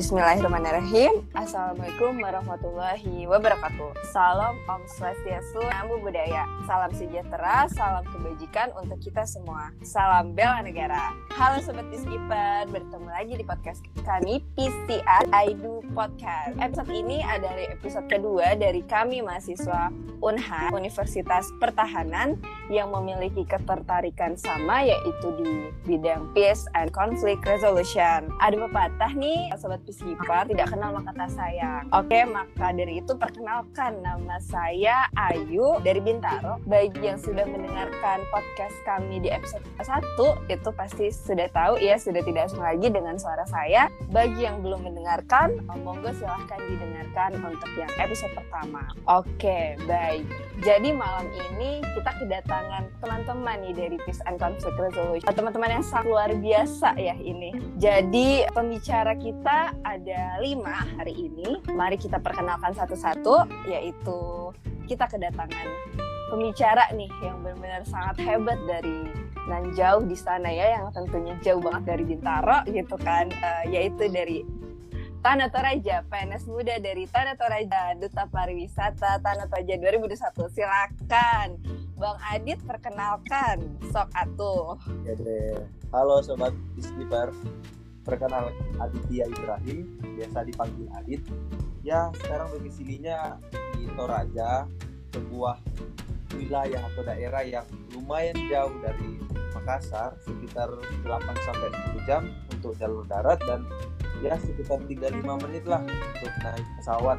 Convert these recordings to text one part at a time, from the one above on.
Bismillahirrahmanirrahim. Assalamualaikum warahmatullahi wabarakatuh. Salam Om Swastiastu, Namo Buddhaya. Salam sejahtera, salam kebajikan untuk kita semua. Salam bela negara. Halo Sobat Peacekeeper, bertemu lagi di podcast kami PCR Aidu Podcast. Episode ini adalah episode kedua dari kami mahasiswa UNHAR, Universitas Pertahanan, yang memiliki ketertarikan sama, yaitu di bidang Peace and Conflict Resolution. Ada pepatah nih, Sobat Peacekeeper, tidak kenal maka tak sayang. Oke, maka dari itu perkenalkan, nama saya Ayu dari Bintaro. Bagi yang sudah mendengarkan podcast kami di episode 1, itu pasti sudah tahu ya, sudah tidak asing lagi dengan suara saya. Bagi yang belum mendengarkan, monggo silahkan didengarkan untuk yang episode pertama. Oke, baik. Jadi malam ini kita kedatangan teman-teman nih dari Peace and Conflict Resolution. Teman-teman yang sangat luar biasa ya ini. Jadi pembicara kita ada 5 hari ini. Mari kita perkenalkan satu-satu, yaitu kita kedatangan pembicara nih yang benar-benar sangat hebat dari nan jauh di sana ya, yang tentunya jauh banget dari Bintaro gitu kan, yaitu dari Tanah Toraja, PNS muda dari Tanah Toraja, Duta Pariwisata Tanah Toraja 2021. Silakan Bang Adit, perkenalkan, sok atuh. Ya deh. Halo Sobat Peacekeeper, perkenalkan Aditya Ibrahim, biasa dipanggil Adit. Ya, sekarang domisilinya di Toraja, sebuah wilayah atau daerah yang lumayan jauh dari Makassar, sekitar 8-10 jam untuk jalur darat, dan ya sekitar 3-5 menit lah untuk naik pesawat.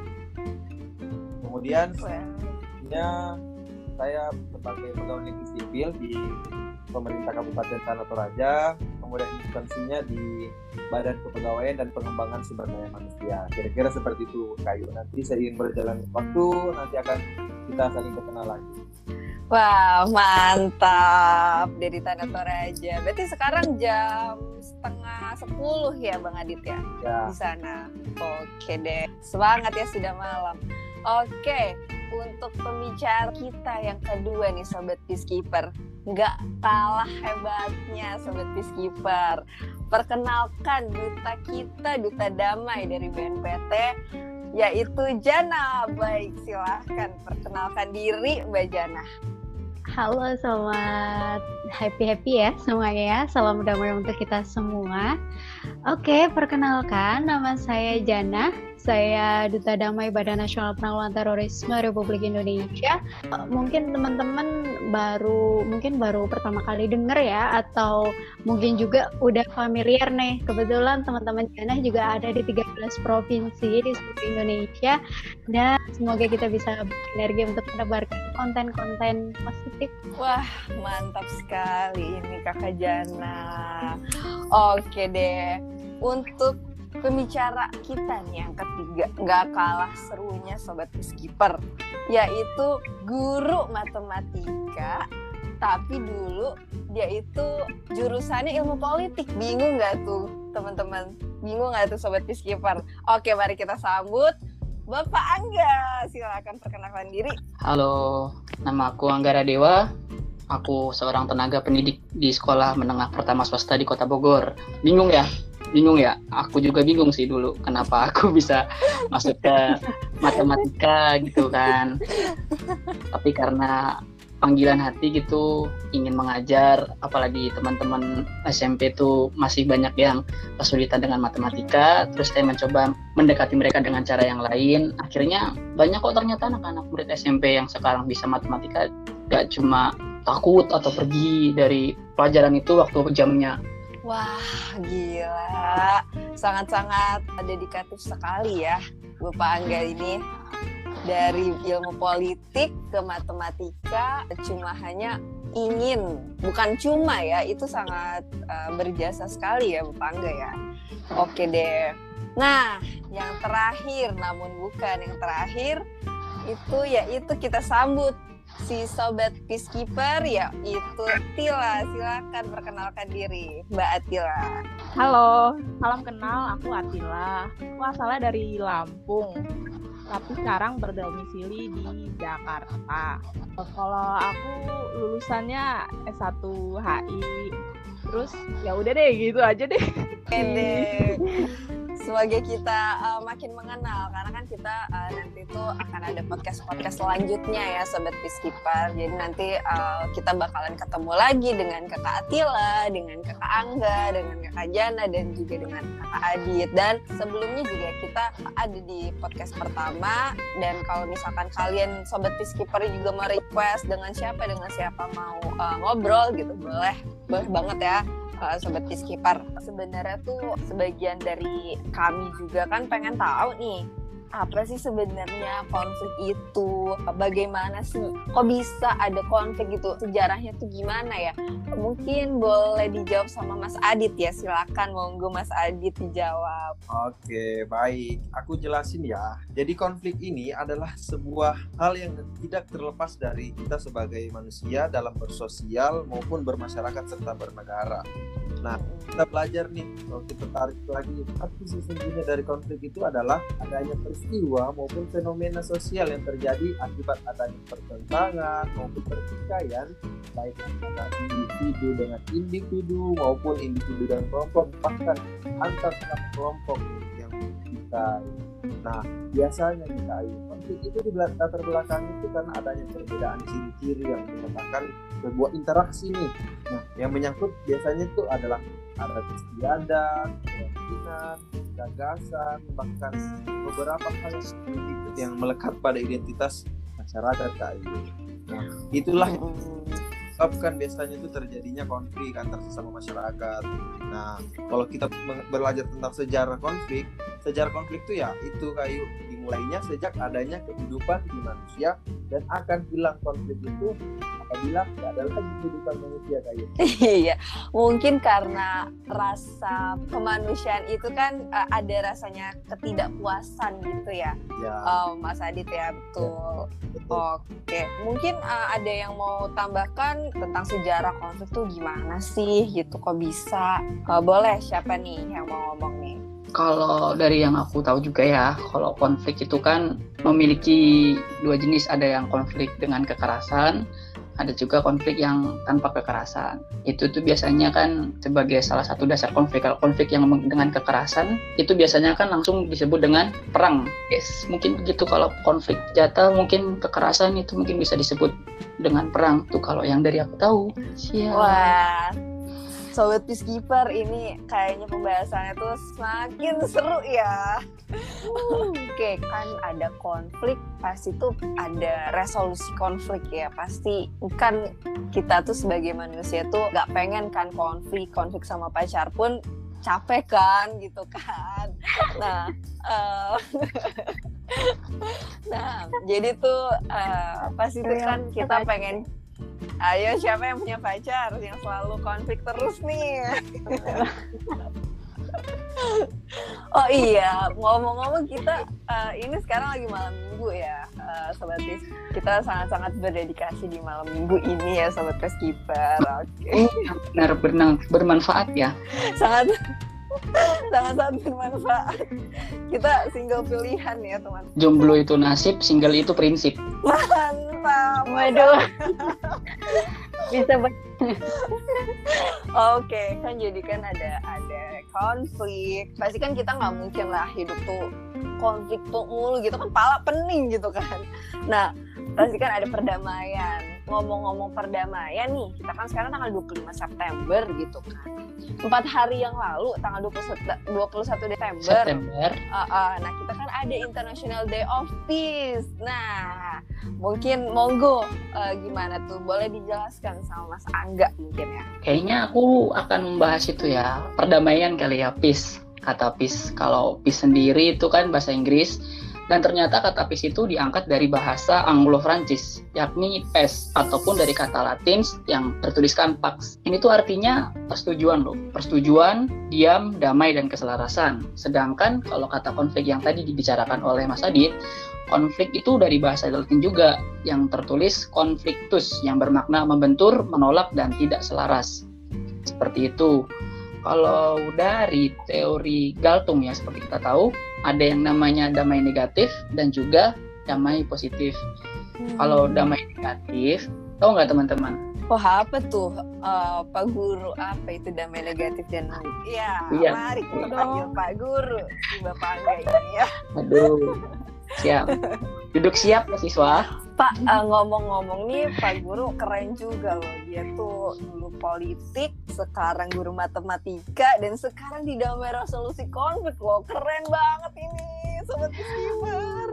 Kemudian ya, saya sebagai pegawai negeri sipil di pemerintah Kabupaten Tanah Toraja, kemudian instansinya di Badan Kepegawaian dan Pengembangan Sumber Daya Manusia. Kira-kira seperti itu, Kayu. Nanti seiring berjalan waktu, nanti akan kita saling berkenal lagi. Wah, mantap, dari Tanah Toraja. Berarti sekarang jam 9:30 ya Bang Adit ya, di sana. Oke deh, semangat ya, sudah malam. Oke, untuk pembicara kita yang kedua nih Sobat Peacekeeper, nggak kalah hebatnya Sobat Peacekeeper. Perkenalkan duta kita, Duta Damai dari BNPT, yaitu Jana. Baik, silahkan perkenalkan diri Mbak Jana. Halo, selamat happy ya semuanya ya. Salam damai untuk kita semua. Oke, perkenalkan, nama saya Jana. Saya Duta Damai Badan Nasional Penanggulangan Terorisme Republik Indonesia. Mungkin teman-teman baru pertama kali dengar ya, atau mungkin juga udah familiar nih. Kebetulan teman-teman Jana juga ada di 13 provinsi di seluruh Indonesia, dan semoga kita bisa bersinergi untuk menebarkan konten-konten positif. Wah, mantap sekali ini Kakak Jana. Oke deh, untuk pembicara kita nih yang ketiga, nggak kalah serunya Sobat Peacekeeper, yaitu guru matematika, tapi dulu dia itu jurusannya ilmu politik. Bingung nggak tuh teman-teman? Bingung nggak tuh Sobat Peacekeeper? Oke, mari kita sambut Bapak Angga. Silakan perkenalkan diri. Halo, nama aku Angga Radewa. Aku seorang tenaga pendidik di Sekolah Menengah Pertama Swasta di Kota Bogor. Bingung ya? Aku juga bingung sih dulu kenapa aku bisa masuk ke matematika gitu kan. Tapi karena panggilan hati gitu, ingin mengajar, apalagi teman-teman SMP tuh masih banyak yang kesulitan dengan matematika. Terus saya mencoba mendekati mereka dengan cara yang lain. Akhirnya banyak kok ternyata anak-anak murid SMP yang sekarang bisa matematika, gak cuma takut atau pergi dari pelajaran itu waktu jamnya. Wah, gila. Sangat-sangat dedikatif sekali ya Bapak Angga ini. Dari ilmu politik ke matematika, bukan cuma ya, itu sangat berjasa sekali ya Bapak Angga ya. Oke deh. Nah, yang terakhir, namun bukan yang terakhir, yaitu kita sambut si Sobat Peacekeeper, yaitu Atila. Silakan perkenalkan diri, Mbak Atila. Halo, salam kenal, aku Atila. Aku asalnya dari Lampung, tapi sekarang berdomisili di Jakarta. Kalau aku lulusannya S1 HI. Terus ya udah deh, gitu aja deh. Oke deh. semoga kita makin mengenal, karena kan kita nanti tuh akan ada podcast selanjutnya ya Sobat Peacekeeper. Jadi nanti kita bakalan ketemu lagi dengan Kakak Atila, dengan Kakak Angga, dengan Kakak Jana, dan juga dengan Kakak Adit. Dan sebelumnya juga kita ada di podcast pertama, dan kalau misalkan kalian Sobat Peacekeeper juga mau request dengan siapa mau ngobrol gitu, boleh banget ya. Sobat Peacekeeper, sebenarnya tuh sebagian dari kami juga kan pengen tahu nih, apa sih sebenarnya konflik itu, bagaimana sih kok bisa ada konflik gitu, sejarahnya tuh gimana ya? Mungkin boleh dijawab sama Mas Adit ya, silakan, monggo Mas Adit dijawab. Oke, baik, aku jelasin ya. Jadi konflik ini adalah sebuah hal yang tidak terlepas dari kita sebagai manusia dalam bersosial maupun bermasyarakat serta bernegara. Nah, kita belajar nih, kalau kita tarik lagi, apa sesungguhnya dari konflik itu adalah adanya peristiwa maupun fenomena sosial yang terjadi akibat adanya pertentangan maupun pertikaian, baik antara individu dengan individu maupun individu dan kelompok, bahkan antar kelompok yang kita. Nah, biasanya kita konflik itu di latar belakang itu karena adanya perbedaan ciri-ciri yang menyatakan sebuah interaksi nih. Nah, yang menyangkut biasanya itu adalah adat istiadat, keyakinan, gagasan, bahkan beberapa hal yang melekat pada identitas masyarakat KAI. Nah, itulah kan biasanya itu terjadinya konflik antar sesama masyarakat. Nah, kalau kita belajar tentang sejarah konflik itu ya itu kayu dimulainya sejak adanya kehidupan di manusia, dan akan hilang konflik itu apabila tidak ada lagi kehidupan manusia kayu. Iya, mungkin karena rasa kemanusiaan itu kan ada rasanya ketidakpuasan gitu ya, Mas Adit ya, betul. Oke, mungkin ada yang mau tambahkan tentang sejarah konflik tuh gimana sih gitu, kok bisa? Boleh, siapa nih yang mau ngomong nih? Kalau dari yang aku tahu juga ya, kalau konflik itu kan memiliki dua jenis, ada yang konflik dengan kekerasan, ada juga konflik yang tanpa kekerasan. Itu tuh biasanya kan sebagai salah satu dasar konflik. Kalau konflik yang dengan kekerasan itu biasanya kan langsung disebut dengan perang. Yes, mungkin begitu. Kalau konflik jatah mungkin kekerasan itu mungkin bisa disebut dengan perang. Tuh kalau yang dari aku tahu. Wah, Sobat Peacekeeper, ini kayaknya pembahasannya tuh semakin seru ya. Oke, kan ada konflik, pasti tuh ada resolusi konflik ya. Pasti kan kita tuh sebagai manusia tuh gak pengen kan konflik sama pacar pun capek kan gitu kan. Nah, jadi tuh pasti tuh kan kita pengen, ayo siapa yang punya pacar yang selalu konflik terus nih. Oh iya, ngomong-ngomong kita ini sekarang lagi malam minggu ya, Sobat Pis. Kita sangat-sangat berdedikasi di malam minggu ini ya, Sobat Peacekeeper. Oke. Benar bermanfaat ya. Sangat bermanfaat. Kita single pilihan ya, teman. Jomblo itu nasib, single itu prinsip. Mantap. Waduh. Bisa Oke, kan jadi kan ada konflik. Pasti kan kita nggak mungkin lah hidup tuh konflik tuh mulu gitu kan, pala pening gitu kan. Nah, pasti kan ada perdamaian. Ngomong-ngomong perdamaian nih, kita kan sekarang tanggal 25 September gitu kan. 4 hari yang lalu, tanggal 21 Desember. Nah, kita kan ada International Day of Peace. Nah, mungkin monggo gimana tuh? Boleh dijelaskan sama Mas Angga mungkin ya? Kayaknya aku akan membahas itu ya, perdamaian kali ya, peace. Kata peace, kalau peace sendiri itu kan bahasa Inggris. Dan ternyata kata peace itu diangkat dari bahasa Anglo-Prancis, yakni pes, ataupun dari kata Latin yang tertuliskan pax. Ini tuh artinya persetujuan loh. Persetujuan, diam, damai, dan keselarasan. Sedangkan kalau kata konflik yang tadi dibicarakan oleh Mas Adit, konflik itu dari bahasa Latin juga, yang tertulis conflictus, yang bermakna membentur, menolak, dan tidak selaras. Seperti itu. Kalau dari teori Galtung ya, seperti kita tahu, ada yang namanya damai negatif dan juga damai positif. Kalau damai negatif, tahu nggak teman-teman? Wah, apa tuh Pak Guru, apa itu damai negatif dan ya Iya. mari kita panggil Pak Guru si Bapak Angga ini ya. Aduh, siap. Duduk siap ya siswa. Pak, ngomong-ngomong nih Pak Guru keren juga loh. Dia tuh dulu politik, sekarang guru matematika, dan sekarang di damai resolusi konflik loh. Keren banget ini Sobat Peacekeeper.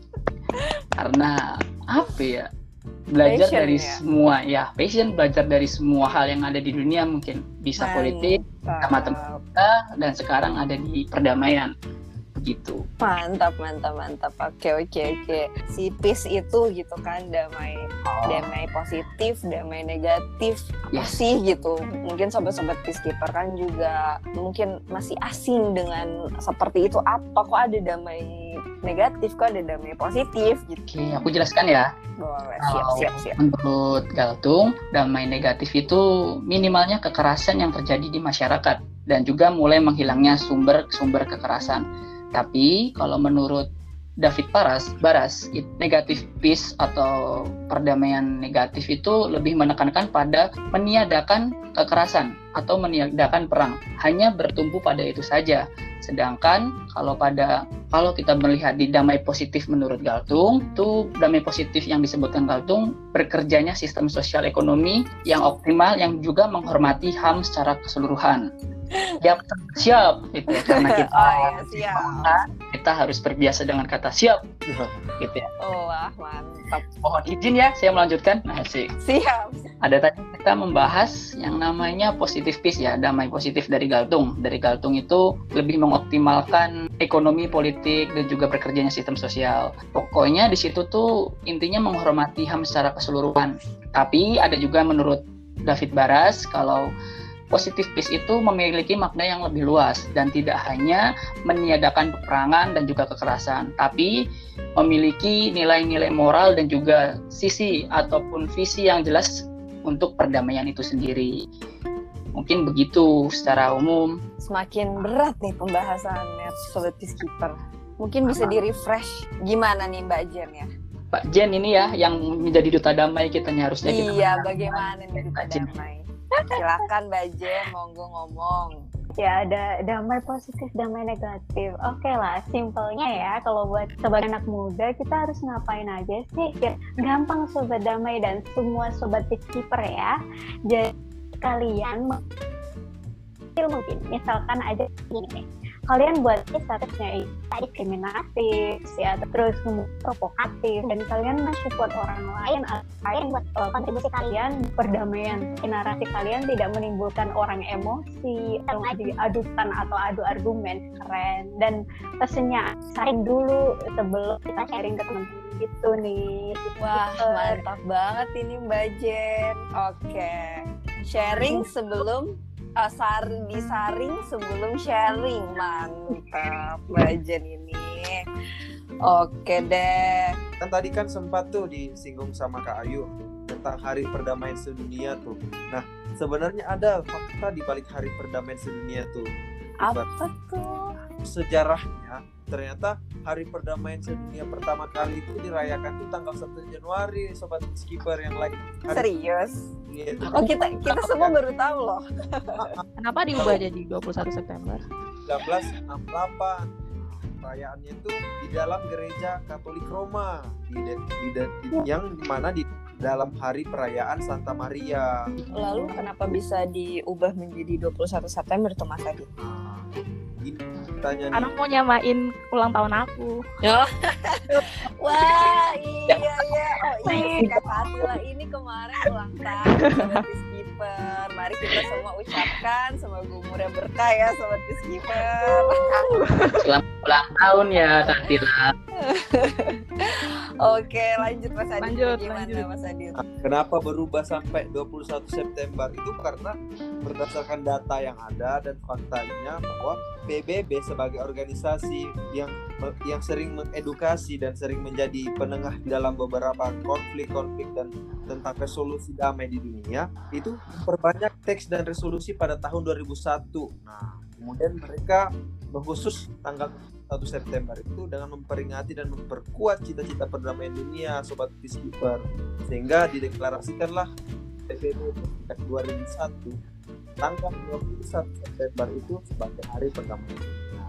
Karena apa ya? Belajar Passion, dari ya? semua ya, passion, belajar dari semua hal yang ada di dunia, mungkin bisa politik, matematika, dan sekarang ada di perdamaian. Begitu. Mantap. Oke. Si peace itu gitu kan, damai positif, damai negatif. Apa Yes. sih gitu? Mungkin sobat-sobat peacekeeper kan juga mungkin masih asing dengan seperti itu. Apa kok ada damai negatif, kok ada damai positif gitu? Oke, aku jelaskan ya. Boleh, Kalau siap. Menurut Galtung, damai negatif itu minimalnya kekerasan yang terjadi di masyarakat dan juga mulai menghilangnya sumber kekerasan. Tapi kalau menurut David Baras, negatif peace atau perdamaian negatif itu lebih menekankan pada meniadakan kekerasan atau meniadakan perang, hanya bertumpu pada itu saja. Sedangkan kalau kita melihat di damai positif menurut Galtung, itu damai positif yang disebutkan Galtung bekerjanya sistem sosial ekonomi yang optimal yang juga menghormati HAM secara keseluruhan. Siap gitu ya, karena kita siap. kita harus terbiasa dengan kata siap gitu ya. Wah, mantap. Mohon izin ya, saya melanjutkan. Asik. Siap. Ada tadi kita membahas yang namanya positif peace ya, damai positif dari Galtung. Dari Galtung itu lebih mengoptimalkan ekonomi, politik, dan juga bekerjanya sistem sosial. Pokoknya di situ tuh intinya menghormati HAM secara keseluruhan. Tapi ada juga menurut David Baras kalau positif peace itu memiliki makna yang lebih luas dan tidak hanya meniadakan peperangan dan juga kekerasan, tapi memiliki nilai-nilai moral dan juga sisi ataupun visi yang jelas untuk perdamaian itu sendiri. Mungkin begitu secara umum. Semakin berat nih pembahasannya Sobat Peacekeeper. Mungkin bisa di-refresh gimana nih Mbak Jen ya? Pak Jen ini ya yang menjadi duta damai kita harusnya. Iya, bagaimana nih duta damai? Silakan Mbak Jen, monggo ngomong. Ya, ada damai positif, damai negatif. Oke lah, simpelnya ya, kalau buat sobat anak muda, kita harus ngapain aja sih? Ya, gampang sobat damai dan semua sobat peacekeeper ya. Jadi kalian mungkin, misalkan aja gini nih, kalian buat statusnya diskriminatif ya, terus provokatif, dan kalian support orang lain buat kontribusi kalian perdamaian, narasi kalian tidak menimbulkan orang emosi, adukan atau adu argumen. Keren. Dan pesennya sharing dulu sebelum kita sharing ke teman-teman gitu nih. Wah, mantap banget ini Mbak Jen. Oke, sharing sebelum disaring sebelum sharing. Mantap Mbak Jen ini. Oke deh. Kan tadi kan sempat tuh disinggung sama Kak Ayu tentang Hari Perdamaian Sedunia tuh. Nah, sebenarnya ada fakta di balik Hari Perdamaian Sedunia tuh. Apa tuh? Sejarahnya ternyata Hari Perdamaian Sedunia pertama kali itu dirayakan tuh tanggal 1 Januari, Sobat Peacekeeper yang lain. Serius? Iya. Oh, kita semua baru tahu loh. Kenapa diubah jadi 21 September? 1968. Perayaannya itu di dalam gereja Katolik Roma yang mana di dalam hari perayaan Santa Maria. Lalu kenapa bisa diubah menjadi 21 September tuh Mas Adi? Ini tanya Karena nih. mau nyamain ulang tahun aku. Wah, iya. Oh iya, Kak Fatila ini kemarin ulang tahun Sobat Peacekeeper. Mari kita semua ucapkan semoga umurnya berkah ya Sobat Peacekeeper. Selamat ulang tahun ya Kak Tila. Oke, lanjut Mas Adi. Lanjut. Gimana Mas Adi? Kenapa berubah sampai 21 September? Itu karena berdasarkan data yang ada dan faktanya bahwa PBB sebagai organisasi yang sering mengedukasi dan sering menjadi penengah dalam beberapa konflik dan tentang resolusi damai di dunia, itu perbanyak teks dan resolusi pada tahun 2001. Nah, kemudian mereka khusus tanggal 1 September itu dengan memperingati dan memperkuat cita-cita perdamaian dunia Sobat Peacekeeper, sehingga dideklarasikanlah PBB sejak 2001, tanggal 21 September itu sebagai hari perdamaian dunia.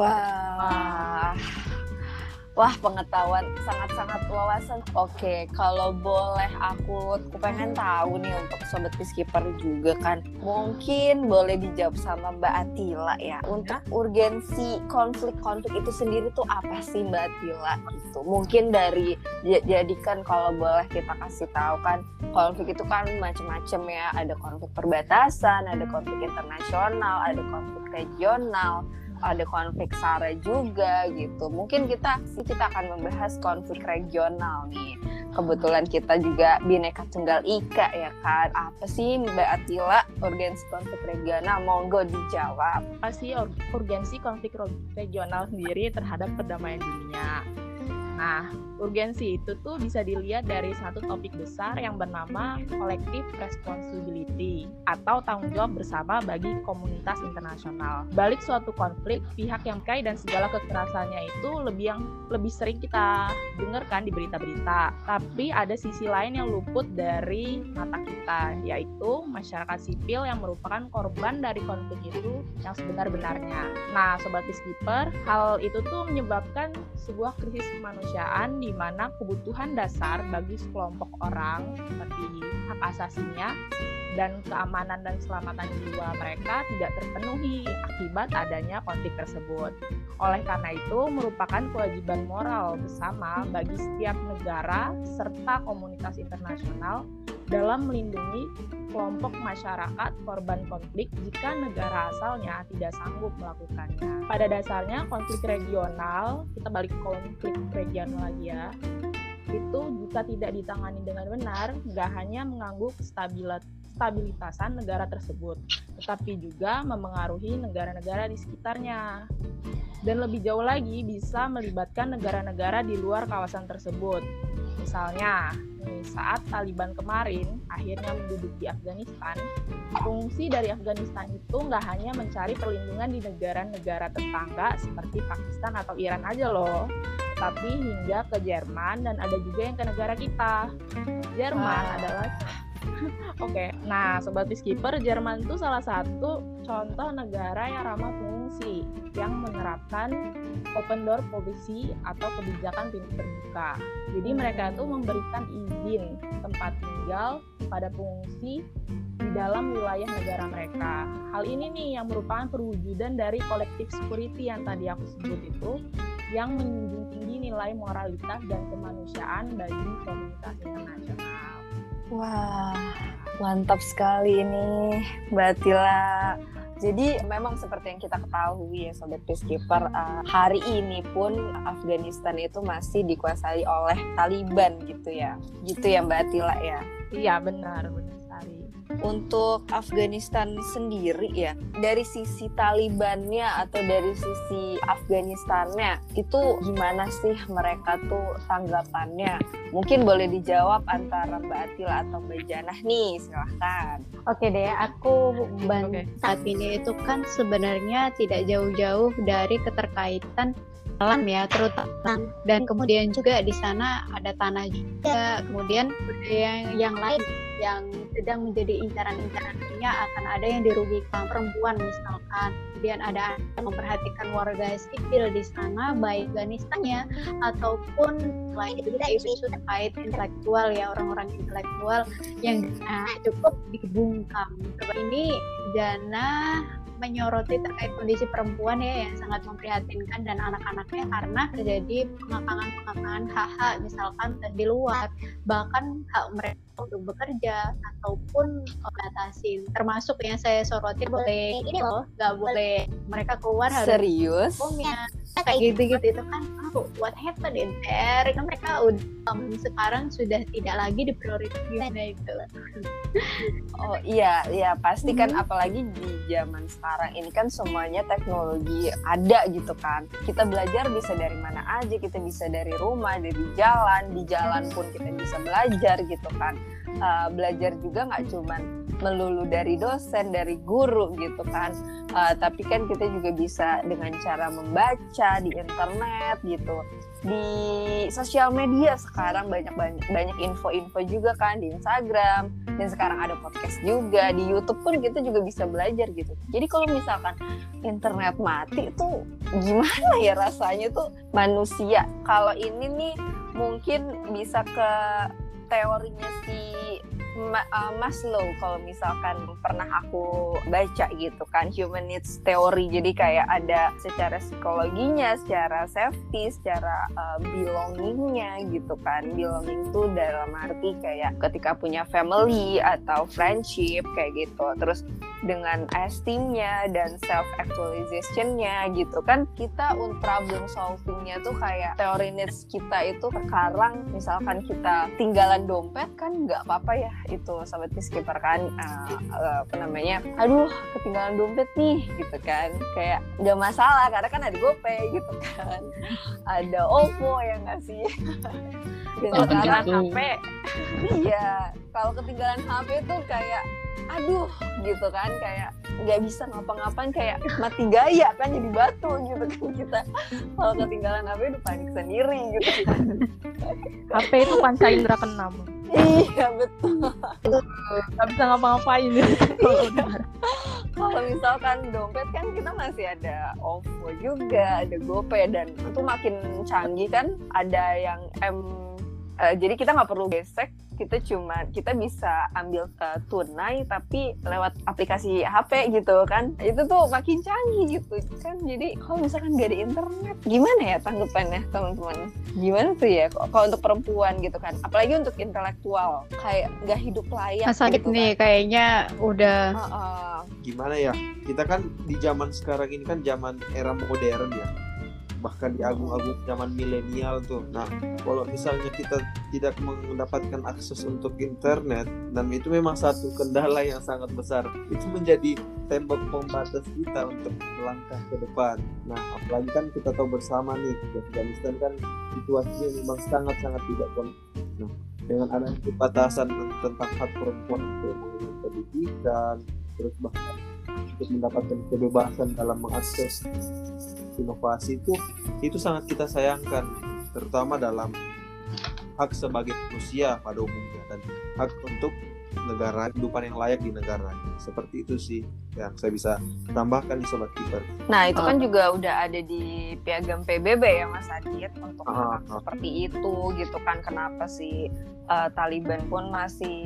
Wah, pengetahuan sangat-sangat wawasan. Oke, kalau boleh aku pengen tahu nih untuk Sobat Peacekeeper juga kan. Mungkin boleh dijawab sama Mbak Atila ya. Untuk urgensi konflik-konflik itu sendiri tuh apa sih Mbak Atila? Gitu. Mungkin dari, jadi kan kalau boleh kita kasih tahu kan, konflik itu kan macam-macam ya. Ada konflik perbatasan, ada konflik internasional, ada konflik regional, ada konflik SARA juga gitu. Mungkin kita akan membahas konflik regional nih. Kebetulan kita juga Bhinneka Tunggal Ika ya kan. Apa sih Mbak Atila urgensi konflik regional? Monggo dijawab. Apa sih urgensi konflik regional sendiri terhadap perdamaian dunia? Nah, urgensi itu tuh bisa dilihat dari satu topik besar yang bernama collective responsibility atau tanggung jawab bersama bagi komunitas internasional. Balik suatu konflik, pihak yang terkait dan segala kekerasannya itu lebih sering kita dengarkan di berita-berita. Tapi ada sisi lain yang luput dari mata kita, yaitu masyarakat sipil yang merupakan korban dari konflik itu yang sebenar-benarnya. Nah, Sobat Peacekeeper, hal itu tuh menyebabkan sebuah krisis kemanusiaan di mana kebutuhan dasar bagi sekelompok orang seperti hak asasinya dan keamanan dan keselamatan jiwa mereka tidak terpenuhi akibat adanya konflik tersebut. Oleh karena itu, merupakan kewajiban moral bersama bagi setiap negara serta komunitas internasional dalam melindungi kelompok masyarakat korban konflik jika negara asalnya tidak sanggup melakukannya. Pada dasarnya, konflik regional, kita balik ke konflik regional lagi ya, itu jika tidak ditangani dengan benar, nggak hanya mengganggu stabilitasan negara tersebut, tetapi juga memengaruhi negara-negara di sekitarnya. Dan lebih jauh lagi bisa melibatkan negara-negara di luar kawasan tersebut. Misalnya, saat Taliban kemarin akhirnya menduduki Afghanistan, fungsi dari Afghanistan itu nggak hanya mencari perlindungan di negara-negara tetangga seperti Pakistan atau Iran aja loh, tapi hingga ke Jerman dan ada juga yang ke negara kita. Jerman adalah Oke, nah Sobat Peacekeeper, Jerman itu salah satu contoh negara yang ramah pengungsi yang menerapkan open door policy atau kebijakan pintu terbuka. Jadi mereka itu memberikan izin tempat tinggal pada pengungsi di dalam wilayah negara mereka. Hal ini nih yang merupakan perwujudan dari collective security yang tadi aku sebut itu, yang menjunjung tinggi nilai moralitas dan kemanusiaan bagi komunitas internasional. Wah, mantap sekali ini Mbak Atila. Jadi memang seperti yang kita ketahui ya Sobat Peacekeeper, hari ini pun Afghanistan itu masih dikuasai oleh Taliban gitu ya Mbak Atila ya. Iya benar sekali. Untuk Afghanistan sendiri ya, dari sisi Talibannya atau dari sisi Afghanistannya itu gimana sih mereka tuh tanggapannya? Mungkin boleh dijawab antara Mbak Atila atau Mbak Janah nih, silahkan. Oke deh, aku saat ini itu kan sebenarnya tidak jauh-jauh dari keterkaitan alam ya, terutama, dan kemudian juga di sana ada tanah juga, kemudian yang lain yang sedang menjadi incaran-incarannya akan ada yang dirugikan perempuan misalkan, kemudian ada yang memperhatikan warga sipil di sana baik Afghanistannya ataupun lain juga isu-isu terkait intelektual ya, orang-orang intelektual yang cukup dibungkam. Seperti ini Jana menyoroti terkait kondisi perempuan ya yang sangat memprihatinkan dan anak-anaknya karena terjadi pengekangan hak-hak misalkan di luar, bahkan hak mereka untuk bekerja ataupun batasin, termasuk yang saya soroti boleh ini loh, nggak boleh mereka keluar harus serius kayak gitu itu kan what happened in there, kan mereka udah sekarang sudah tidak lagi diprioritaskan itu. Oh iya pasti kan, apalagi di zaman sekarang ini kan semuanya teknologi ada gitu kan. Kita belajar bisa dari mana aja, kita bisa dari rumah, dari di jalan pun kita bisa belajar gitu kan. Belajar juga nggak cuman melulu dari dosen, dari guru gitu kan, tapi kan kita juga bisa dengan cara membaca di internet gitu. di sosial media sekarang banyak info-info juga kan di Instagram, dan sekarang ada podcast juga di YouTube pun kita juga bisa belajar gitu. Jadi kalau misalkan internet mati tuh gimana ya rasanya tuh manusia. Kalau ini nih mungkin bisa ke teorinya si Maslow, kalau misalkan pernah aku baca gitu kan, human needs theory. Jadi kayak ada secara psikologinya, secara safety, secara belongingnya gitu kan. Belonging itu dalam arti kayak ketika punya family atau friendship kayak gitu. Terus dengan esteemnya dan self actualizationnya gitu kan, kita problem solvingnya tuh kayak teori needs kita itu sekarang misalkan kita tinggalan dompet kan nggak apa-apa ya, itu sobat Peacekeeper kan aduh ketinggalan dompet nih gitu kan, kayak nggak masalah karena kan ada GoPay gitu kan, ada OVO yang ngasih. Dan ketinggalan itu- HP. Iya, kalau ketinggalan HP tuh kayak aduh gitu kan, kayak nggak bisa ngapa-ngapain, kayak mati gaya kan, jadi batu gitu kan kita kalau ketinggalan HP udah panik sendiri gitu kan. HP itu panca indera keenam. Iya betul. Gak bisa ngapa-ngapain. Kalau misalkan dompet kan kita masih ada OVO juga, ada GoPay, dan itu makin canggih kan, ada yang jadi kita nggak perlu gesek, kita bisa ambil tunai tapi lewat aplikasi HP gitu kan. Itu tuh makin canggih gitu kan. Jadi kalau misalkan nggak ada internet gimana ya tanggapannya teman-teman? Gimana tuh ya kalau untuk perempuan gitu kan, apalagi untuk intelektual, kayak nggak hidup layak Sakit gitu nih kan. kayaknya udah. Gimana ya, kita kan di zaman sekarang ini kan zaman era modern ya, bahkan di agung-agung zaman milenial tuh. Nah, kalau misalnya kita tidak mendapatkan akses untuk internet, dan itu memang satu kendala yang sangat besar, itu menjadi tembok pembatas kita untuk melangkah ke depan. Nah, apalagi kan kita tahu bersama nih, di Afghanistan kan situasinya memang sangat-sangat tidak kondusif. Nah, dengan adanya pembatasan tentang hak perempuan untuk mengenyam pendidikan, terus bahkan untuk mendapatkan kebebasan dalam mengakses inovasi, itu sangat kita sayangkan, terutama dalam hak sebagai manusia pada umumnya dan hak untuk negara, kehidupan yang layak di negara. Seperti itu sih yang saya bisa tambahkan di Sobat Keeper. Nah itu kan juga udah ada di piagam PBB ya Mas Adit untuk hak seperti itu gitu kan. Kenapa sih Taliban pun masih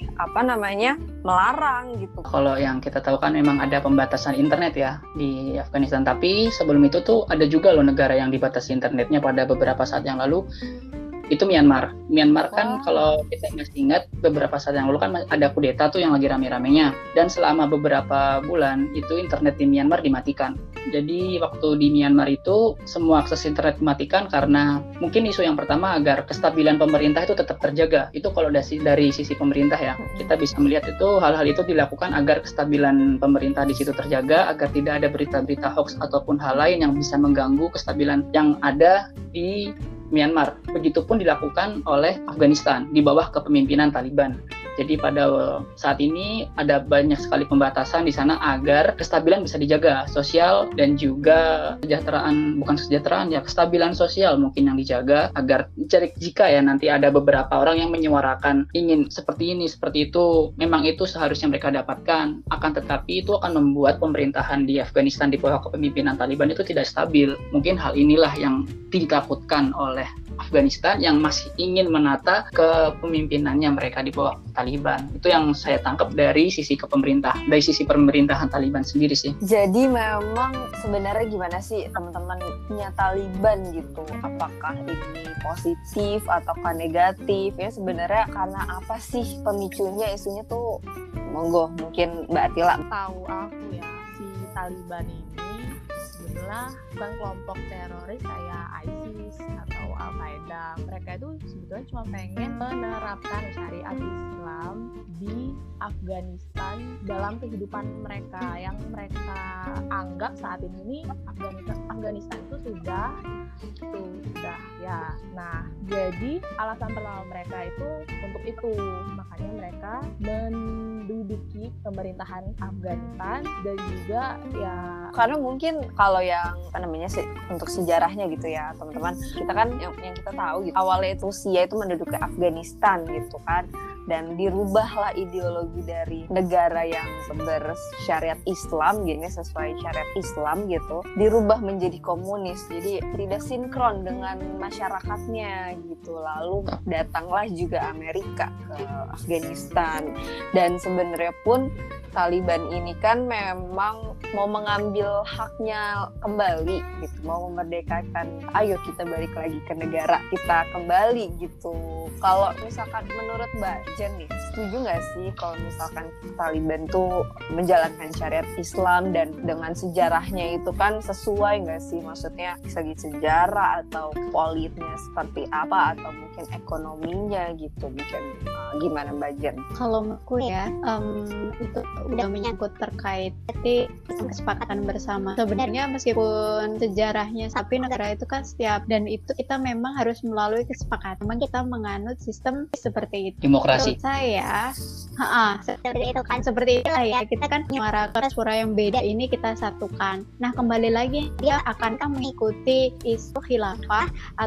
melarang gitu. Kalau yang kita tahu kan memang ada pembatasan internet ya di Afghanistan, tapi sebelum itu tuh ada juga loh negara yang dibatasi internetnya pada beberapa saat yang lalu. Itu Myanmar. Myanmar kan kalau kita masih ingat beberapa saat yang lalu kan ada kudeta tuh yang lagi rame-ramenya, dan selama beberapa bulan itu internet di Myanmar dimatikan. Jadi waktu di Myanmar itu semua akses internet dimatikan karena mungkin isu yang pertama agar kestabilan pemerintah itu tetap terjaga. Itu kalau dari sisi pemerintah ya, kita bisa melihat itu hal-hal itu dilakukan agar kestabilan pemerintah di situ terjaga, agar tidak ada berita-berita hoax ataupun hal lain yang bisa mengganggu kestabilan yang ada di Myanmar. Begitupun dilakukan oleh Afghanistan di bawah kepemimpinan Taliban. Jadi pada saat ini ada banyak sekali pembatasan di sana agar kestabilan bisa dijaga, sosial dan juga kestabilan sosial mungkin yang dijaga, agar jika ya nanti ada beberapa orang yang menyuarakan ingin seperti ini, seperti itu, memang itu seharusnya mereka dapatkan. Akan tetapi itu akan membuat pemerintahan di Afghanistan di bawah kepemimpinan Taliban itu tidak stabil. Mungkin hal inilah yang ditakutkan oleh Afghanistan yang masih ingin menata kepemimpinannya mereka di bawah Taliban. Itu yang saya tangkap dari sisi pemerintahan Taliban sendiri sih. Jadi memang sebenarnya gimana sih teman-temannya Taliban gitu? Apakah ini positif ataukah negatif? Ya sebenarnya karena apa sih pemicunya, isunya tuh? Monggo mungkin Mbak Atila. Tahu aku ya, si Taliban ini sebenarnya bukan kelompok teroris kayak ISIS atau Al-Qaeda. Mereka itu sebetulnya cuma pengen menerapkan syariat Islam di Afghanistan dalam kehidupan mereka, yang mereka anggap saat ini Afghanistan itu sudah ya. Nah, jadi alasan pertama mereka itu untuk itu, makanya mereka menduduki pemerintahan Afghanistan, dan juga ya Karena mungkin kalau yang untuk sejarahnya gitu ya teman-teman. Kita kan yang kita tahu gitu, awalnya itu Rusia itu menduduki Afghanistan gitu kan, dan dirubahlah ideologi dari negara yang bersyariat Islam gini, sesuai syariat Islam gitu, dirubah menjadi komunis, jadi tidak sinkron dengan masyarakatnya gitu. Lalu datanglah juga Amerika ke Afghanistan, dan sebenarnya pun Taliban ini kan memang mau mengambil haknya kembali gitu, mau memerdekakan, ayo kita balik lagi ke negara kita kembali gitu. Kalau misalkan menurut Mbak Jen nih, setuju nggak sih kalau misalkan Taliban tuh menjalankan syariat Islam, dan dengan sejarahnya itu kan sesuai nggak sih, maksudnya segi sejarah atau politnya seperti apa, atau mungkin ekonominya gitu, mungkin gimana Mbak Jen? Kalau menurutku ya, itu udah menyangkut terkait kesepakatan bersama. Sebenarnya meskipun sejarahnya, tapi negara itu kan setiap, dan itu kita memang harus melalui kesepakatan. Memang kita menganut sistem seperti itu. Demokrasi. Menurut saya, seperti itu kan. Seperti itulah ya, kita kan menyuarakan suara yang beda ini kita satukan. Nah, kembali lagi, dia akankah mengikuti isu khilafah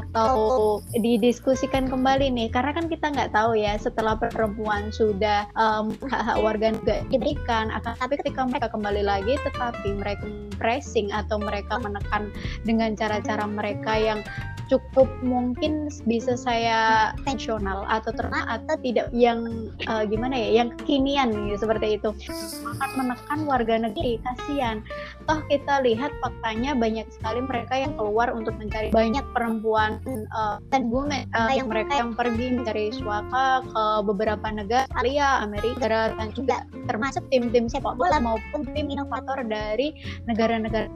atau didiskusikan kembali nih? Karena kan kita nggak tahu ya, setelah perempuan sudah hak-hak warga negara diberikan, tapi ketika mereka kembali lagi, tetapi mereka pressing atau mereka menekan dengan cara-cara mereka yang cukup mungkin bisa saya tensional atau tidak yang yang kekinian gitu, seperti itu, akan menekan warga negeri. Kasihan, toh kita lihat faktanya banyak sekali mereka yang keluar untuk mencari, banyak perempuan dan women yang mereka yang pergi mencari suaka ke beberapa negara, Australia, Amerika, dan juga termasuk tim-tim sepak bola maupun tim inovator dari negara-negara.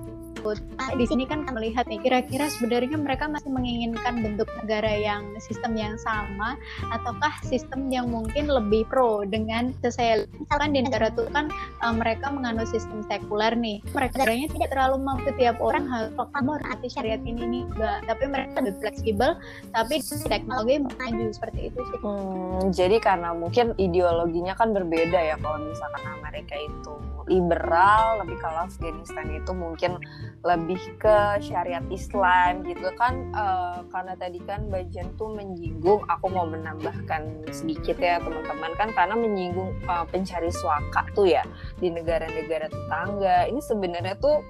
Di sini kan melihat nih, kira-kira sebenarnya mereka masih menginginkan bentuk negara yang sistem yang sama, ataukah sistem yang mungkin lebih pro dengan misalkan di negara itu kan mereka menganut sistem sekuler nih, mereka sebenarnya tidak terlalu mampu tiap orang harus menaati syariat ini nih, tapi mereka lebih fleksibel, tapi teknologi maju seperti itu sih. Jadi karena mungkin ideologinya kan berbeda ya, kalau misalkan Amerika itu liberal, lebih kalau Afghanistan itu mungkin lebih ke syariat Islam gitu kan. Karena tadi kan Mbak Jen tuh menyinggung, aku mau menambahkan sedikit ya teman-teman, kan karena menyinggung pencari suaka tuh ya di negara-negara tetangga. Ini sebenarnya tuh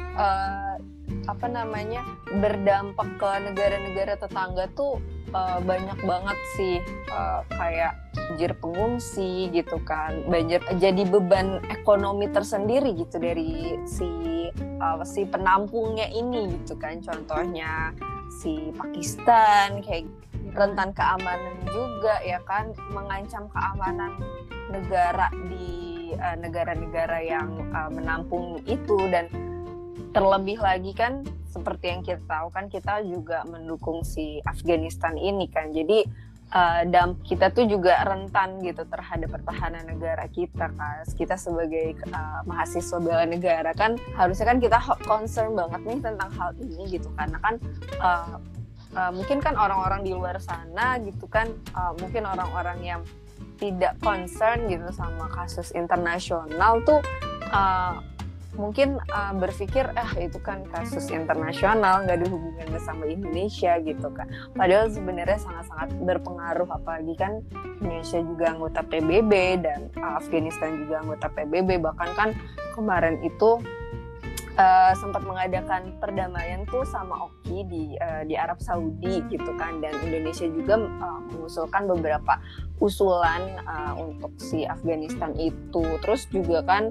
berdampak ke negara-negara tetangga tuh banyak banget sih, kayak banjir pengungsi gitu kan, banjir jadi beban ekonomi tersendiri gitu dari si penampungnya ini gitu kan. Contohnya si Pakistan kayak rentan keamanan juga ya kan, mengancam keamanan negara di negara-negara yang menampung itu. Dan terlebih lagi kan seperti yang kita tahu kan, kita juga mendukung si Afghanistan ini kan, jadi kita tuh juga rentan gitu terhadap pertahanan negara kita kan. Kita sebagai mahasiswa bela negara kan harusnya kan kita concern banget nih tentang hal ini gitu, karena kan mungkin kan orang-orang di luar sana gitu kan, mungkin orang-orang yang tidak concern gitu sama kasus internasional tuh mungkin berpikir itu kan kasus internasional, nggak ada hubungannya sama Indonesia gitu kan. Padahal sebenarnya sangat-sangat berpengaruh, apalagi kan Indonesia juga anggota PBB dan Afghanistan juga anggota PBB. Bahkan kan kemarin itu sempat mengadakan perdamaian tuh sama Oki di Arab Saudi gitu kan, dan Indonesia juga mengusulkan beberapa usulan untuk si Afghanistan itu. Terus juga kan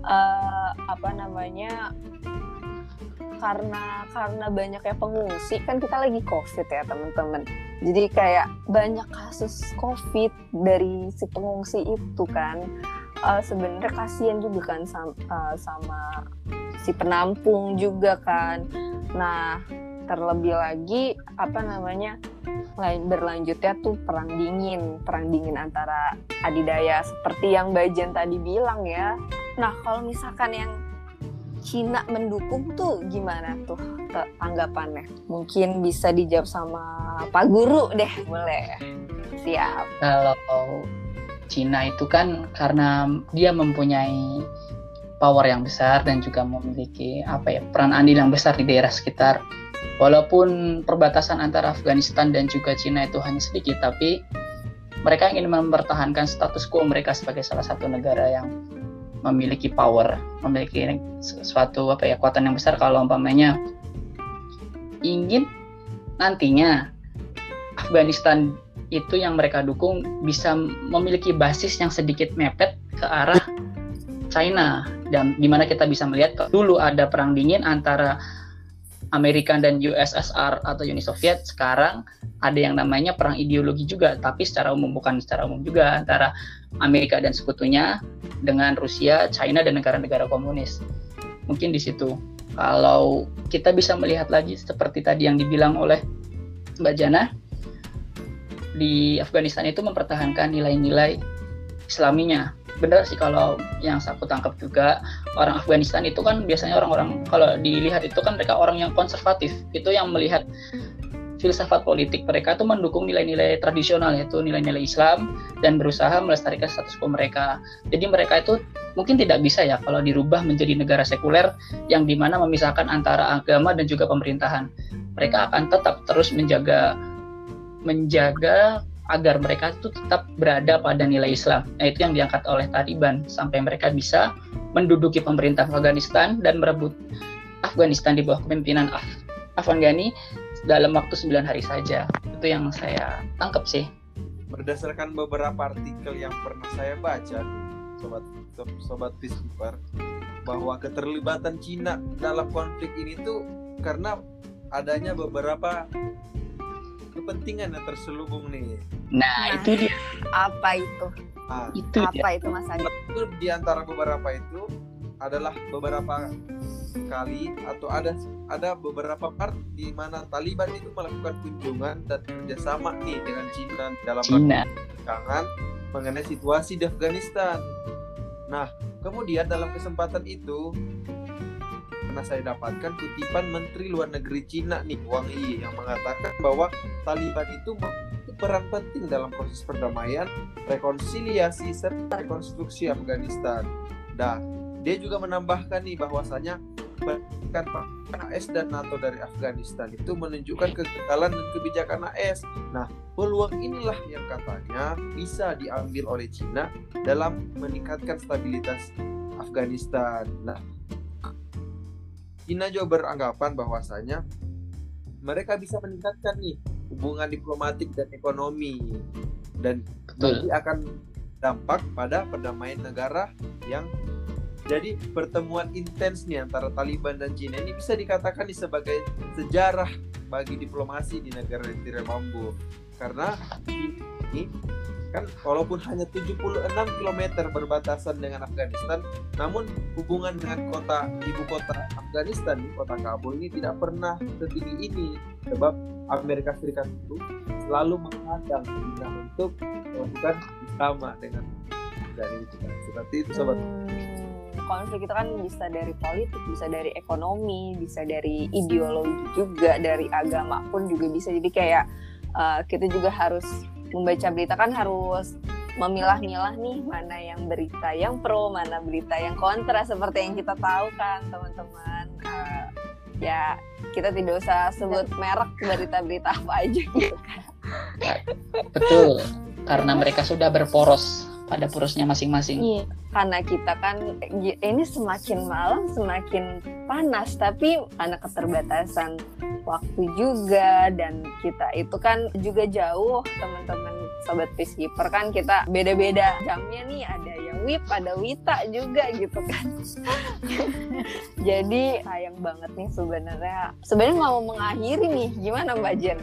karena banyaknya pengungsi kan, kita lagi COVID ya teman-teman, jadi kayak banyak kasus COVID dari si pengungsi itu kan. Sebenarnya kasihan juga kan sama si penampung juga kan. Nah, terlebih lagi berlanjutnya tuh perang dingin antara adidaya seperti yang Mbak Jen tadi bilang ya. Nah, kalau misalkan yang Cina mendukung tuh gimana tuh tanggapannya? Mungkin bisa dijawab sama Pak Guru deh, boleh? Siap. Kalau Cina itu kan karena dia mempunyai power yang besar dan juga memiliki peran andil yang besar di daerah sekitar. Walaupun perbatasan antara Afghanistan dan juga Cina itu hanya sedikit, tapi mereka ingin mempertahankan status quo mereka sebagai salah satu negara yang memiliki power, memiliki suatu kekuatan yang besar. Kalau umpamanya ingin nantinya Afghanistan itu yang mereka dukung bisa memiliki basis yang sedikit mepet ke arah China, dan dimana kita bisa melihat dulu ada perang dingin antara Amerika dan USSR atau Uni Soviet. Sekarang ada yang namanya perang ideologi juga, tapi bukan secara umum juga, antara Amerika dan sekutunya dengan Rusia, China, dan negara-negara komunis. Mungkin di situ. Kalau kita bisa melihat lagi seperti tadi yang dibilang oleh Mbak Jana, di Afghanistan itu mempertahankan nilai-nilai Islaminya. Benar sih, kalau yang aku tangkap juga, orang Afghanistan itu kan biasanya orang-orang, kalau dilihat itu kan mereka orang yang konservatif. Itu yang melihat filsafat politik mereka itu mendukung nilai-nilai tradisional, yaitu nilai-nilai Islam, dan berusaha melestarikan status quo mereka. Jadi mereka itu mungkin tidak bisa ya kalau dirubah menjadi negara sekuler yang dimana memisahkan antara agama dan juga pemerintahan. Mereka akan tetap terus menjaga agar mereka itu tetap berada pada nilai Islam. Nah, itu yang diangkat oleh Taliban sampai mereka bisa menduduki pemerintah Afghanistan dan merebut Afghanistan di bawah kepemimpinan Ashraf Ghani dalam waktu 9 hari saja. Itu yang saya tangkap sih. Berdasarkan beberapa artikel yang pernah saya baca, sobat Peacekeeper, bahwa keterlibatan Cina dalam konflik ini tuh karena adanya beberapa kepentingan yang terselubung nih. Nah, itu dia. Apa itu? Itu Mas Adi? Itu di antara beberapa itu adalah beberapa kali atau ada beberapa part di mana Taliban itu melakukan kunjungan dan kerjasama nih dengan Cina dalam perbincangan mengenai situasi di Afghanistan. Nah, kemudian dalam kesempatan itu pernah saya dapatkan kutipan Menteri Luar Negeri Cina nih, Wang Yi, yang mengatakan bahwa Taliban itu memiliki peran penting dalam proses perdamaian, rekonsiliasi, serta rekonstruksi Afghanistan. Nah, dia juga menambahkan nih bahwasanya AS dan NATO dari Afghanistan itu menunjukkan kegagalan dan kebijakan AS. Nah, peluang inilah yang katanya bisa diambil oleh Cina dalam meningkatkan stabilitas Afghanistan. Nah, Cina juga beranggapan bahwasanya mereka bisa meningkatkan nih hubungan diplomatik dan ekonomi, dan nanti akan dampak pada perdamaian negara yang jadi pertemuan intens nih antara Taliban dan Cina ini bisa dikatakan sebagai sejarah bagi diplomasi di negara tirai bambu, karena ini kan walaupun hanya 76 km berbatasan dengan Afghanistan, namun hubungan dengan ibu kota Afghanistan, kota Kabul ini tidak pernah setinggi ini, sebab Amerika Serikat itu selalu menghadang China untuk melakukan bersama dengan dari China. Seperti itu, sobat. Konflik itu kan bisa dari politik, bisa dari ekonomi, bisa dari ideologi juga, dari agama pun juga bisa. Jadi kayak kita juga harus membaca berita kan harus memilah-milah nih mana yang berita yang pro, mana berita yang kontra, seperti yang kita tahu kan teman-teman. Ya kita tidak usah sebut merek berita-berita apa aja gitu kan. Betul, karena mereka sudah berporos pada porosnya masing-masing. Iya, karena kita kan ini semakin malam semakin panas, tapi karena keterbatasan waktu juga, dan kita itu kan juga jauh, teman-teman sobat Peacekeeper, kan kita beda-beda jamnya nih, ada yang WIB, ada WITA juga gitu kan. Jadi sayang banget nih sebenarnya mau mengakhiri nih, gimana Mbak Jen?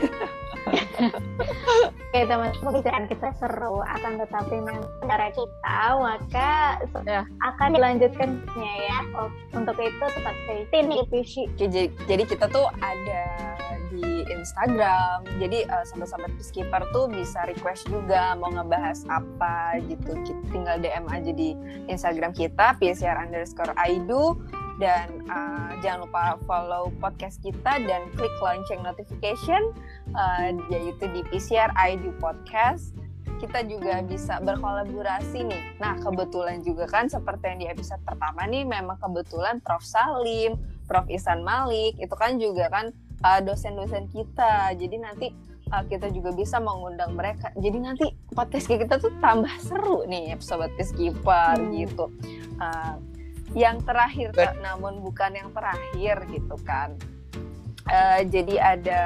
Oke teman-teman, pembicaraan kita seru, akan tetapi memang cara kita maka akan dilanjutkannya ya. Untuk itu tetap stay tune di PC. Jadi kita tuh ada di Instagram, jadi sobat-sobat Peacekeeper tuh bisa request juga mau ngebahas apa gitu, tinggal DM aja di Instagram kita PCR_aidu. Dan jangan lupa follow podcast kita dan klik lonceng notification, yaitu di PCR Aidu Podcast. kita juga bisa berkolaborasi nih. Nah, kebetulan juga kan seperti yang di episode pertama nih, memang kebetulan Prof. Salim, Prof. Ihsan Malik, itu kan juga kan dosen-dosen kita. Jadi nanti kita juga bisa mengundang mereka. Jadi nanti podcast kita tuh tambah seru nih, Sobat Peacekeeper gitu. Yang terakhir, namun bukan yang terakhir gitu kan. Jadi ada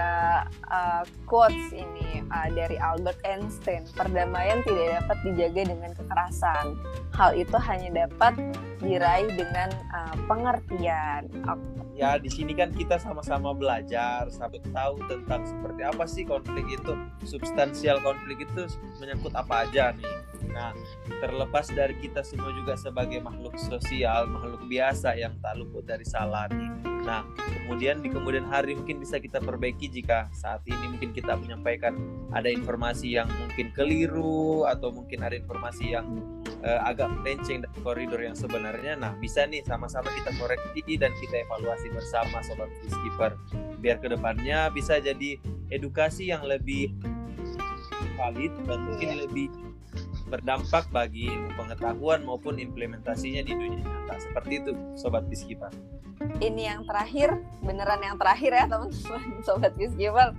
quotes ini dari Albert Einstein, perdamaian tidak dapat dijaga dengan kekerasan. Hal itu hanya dapat diraih dengan pengertian. Ya, di sini kan kita sama-sama belajar, sampai tahu tentang seperti apa sih konflik itu, substansial konflik itu menyangkut apa aja nih. Nah, terlepas dari kita semua juga sebagai makhluk sosial, makhluk biasa yang tak luput dari salah nih. Nah, kemudian di kemudian hari mungkin bisa kita perbaiki jika saat ini mungkin kita menyampaikan ada informasi yang mungkin keliru atau mungkin ada informasi yang agak melenceng dari koridor yang sebenarnya. Nah, bisa nih sama-sama kita koreksi dan kita evaluasi bersama Sobat Peacekeeper. Biar kedepannya bisa jadi edukasi yang lebih valid dan mungkin lebih berdampak bagi pengetahuan maupun implementasinya di dunia nyata. Seperti itu Sobat Peacekeeper. Ini yang terakhir, beneran yang terakhir ya teman-teman Sobat Peacekeeper.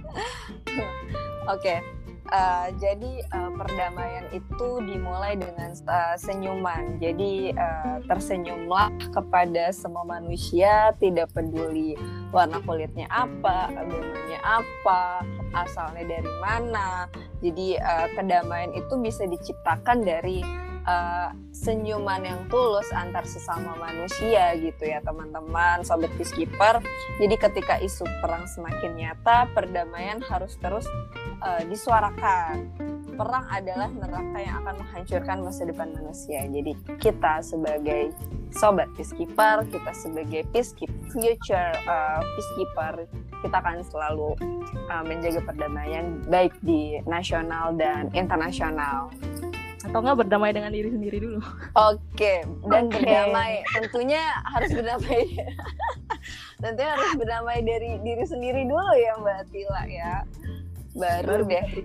Oke. Jadi perdamaian itu dimulai dengan senyuman. Jadi tersenyumlah kepada semua manusia, tidak peduli warna kulitnya apa, agamanya apa, asalnya dari mana. Jadi kedamaian itu bisa diciptakan dari senyuman yang tulus antar sesama manusia gitu ya teman-teman Sobat Peacekeeper. Jadi ketika isu perang semakin nyata, perdamaian harus terus disuarakan. Perang adalah neraka yang akan menghancurkan masa depan manusia. Jadi kita sebagai Sobat Peacekeeper, kita sebagai future Peacekeeper, kita akan selalu menjaga perdamaian baik di nasional dan internasional. Atau enggak berdamai dengan diri sendiri dulu. Oke. Berdamai tentunya harus berdamai. Tentunya harus berdamai dari diri sendiri dulu ya Mbak Tila ya. Baru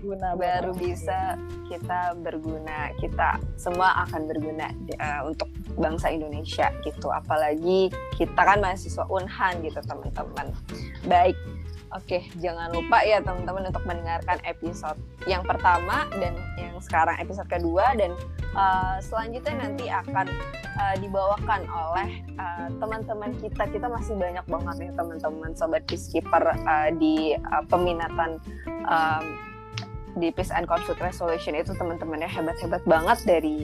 bisa kita berguna, kita semua akan berguna untuk bangsa Indonesia gitu, apalagi kita kan mahasiswa Unhan gitu teman-teman. Baik, oke, jangan lupa ya teman-teman untuk mendengarkan episode yang pertama dan yang sekarang episode kedua, dan selanjutnya nanti akan dibawakan oleh teman-teman kita masih banyak banget nih teman-teman Sobat Peacekeeper di peminatan di Peace and Conflict Resolution. Itu teman-temannya hebat-hebat banget dari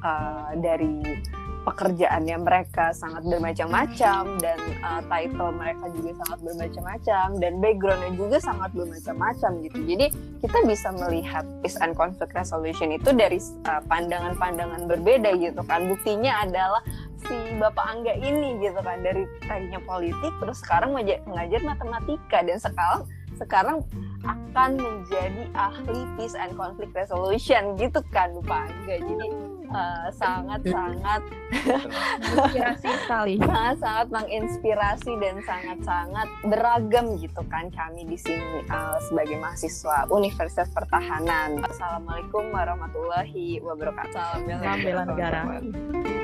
pekerjaannya mereka sangat bermacam-macam, dan title mereka juga sangat bermacam-macam, dan backgroundnya juga sangat bermacam-macam gitu. Jadi kita bisa melihat Peace and Conflict Resolution itu dari pandangan-pandangan berbeda gitu kan. Buktinya adalah si Bapak Angga ini gitu kan, dari tadinya politik terus sekarang mengajar matematika, dan sekarang akan menjadi ahli Peace and Conflict Resolution gitu kan Bapak Angga. Jadi sangat-sangat inspirasi sekali. Sangat-sangat menginspirasi dan sangat-sangat beragam gitu kan kami di sini sebagai mahasiswa Universitas Pertahanan. Assalamualaikum warahmatullahi wabarakatuh. Salam bela negara.